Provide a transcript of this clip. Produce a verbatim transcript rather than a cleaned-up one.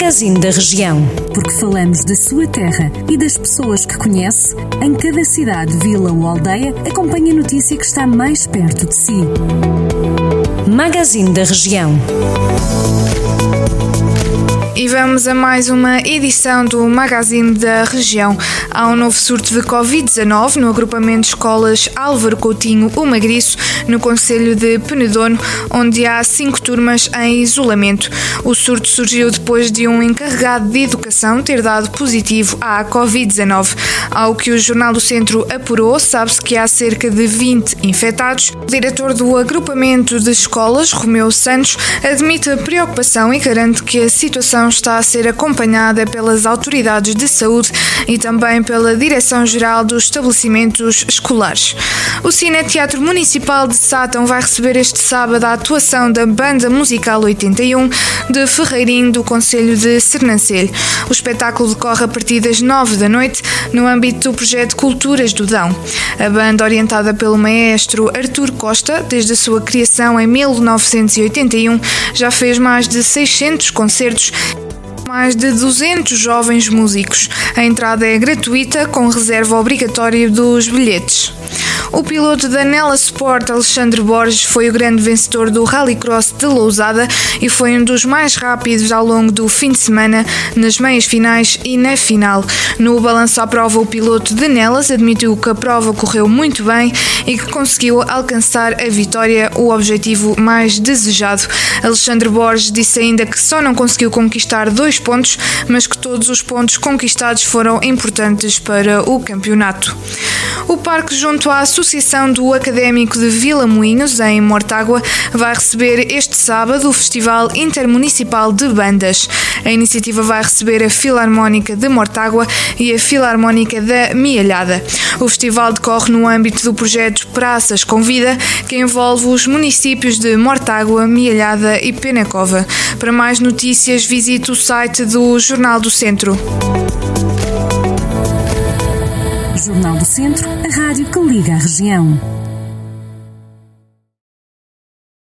Magazine da Região. Porque falamos da sua terra e das pessoas que conhece, em cada cidade, vila ou aldeia, acompanhe a notícia que está mais perto de si. Magazine da Região. E vamos a mais uma edição do Magazine da Região. Há um novo surto de covid dezanove no agrupamento de escolas Álvaro Coutinho, o Magriço, no concelho de Penedono, onde há cinco turmas em isolamento. O surto surgiu depois de um encarregado de educação ter dado positivo à covid dezanove. Ao que o Jornal do Centro apurou, sabe-se que há cerca de vinte infectados. O diretor do agrupamento de escolas, Romeu Santos, admite a preocupação e garante que a situação está a ser acompanhada pelas autoridades de saúde e também pela Direção-Geral dos Estabelecimentos Escolares. O Cine-Teatro Municipal de Sátão vai receber este sábado a atuação da Banda Musical oitenta e um de Ferreirinho, do concelho de Sernancelho. O espetáculo decorre a partir das nove da noite no âmbito do projeto Culturas do Dão. A banda, orientada pelo maestro Artur Costa, desde a sua criação em mil novecentos e oitenta e um, já fez mais de seiscentos concertos, mais de duzentos jovens músicos. A entrada é gratuita, com reserva obrigatória dos bilhetes. O piloto da Nela Sport, Alexandre Borges, foi o grande vencedor do Rallycross de Lousada e foi um dos mais rápidos ao longo do fim de semana, nas meias finais e na final. No balanço à prova, o piloto de Nelas admitiu que a prova correu muito bem e que conseguiu alcançar a vitória, o objetivo mais desejado. Alexandre Borges disse ainda que só não conseguiu conquistar dois pontos, mas que todos os pontos conquistados foram importantes para o campeonato. O parque junto à Associação do Académico de Vila Moinhos, em Mortágua, vai receber este sábado o Festival Intermunicipal de Bandas. A iniciativa vai receber a Filarmónica de Mortágua e a Filarmónica da Mialhada. O festival decorre no âmbito do projeto Praças com Vida, que envolve os municípios de Mortágua, Mialhada e Penacova. Para mais notícias, visite o site do Jornal do Centro. Jornal do Centro, a rádio que liga a região.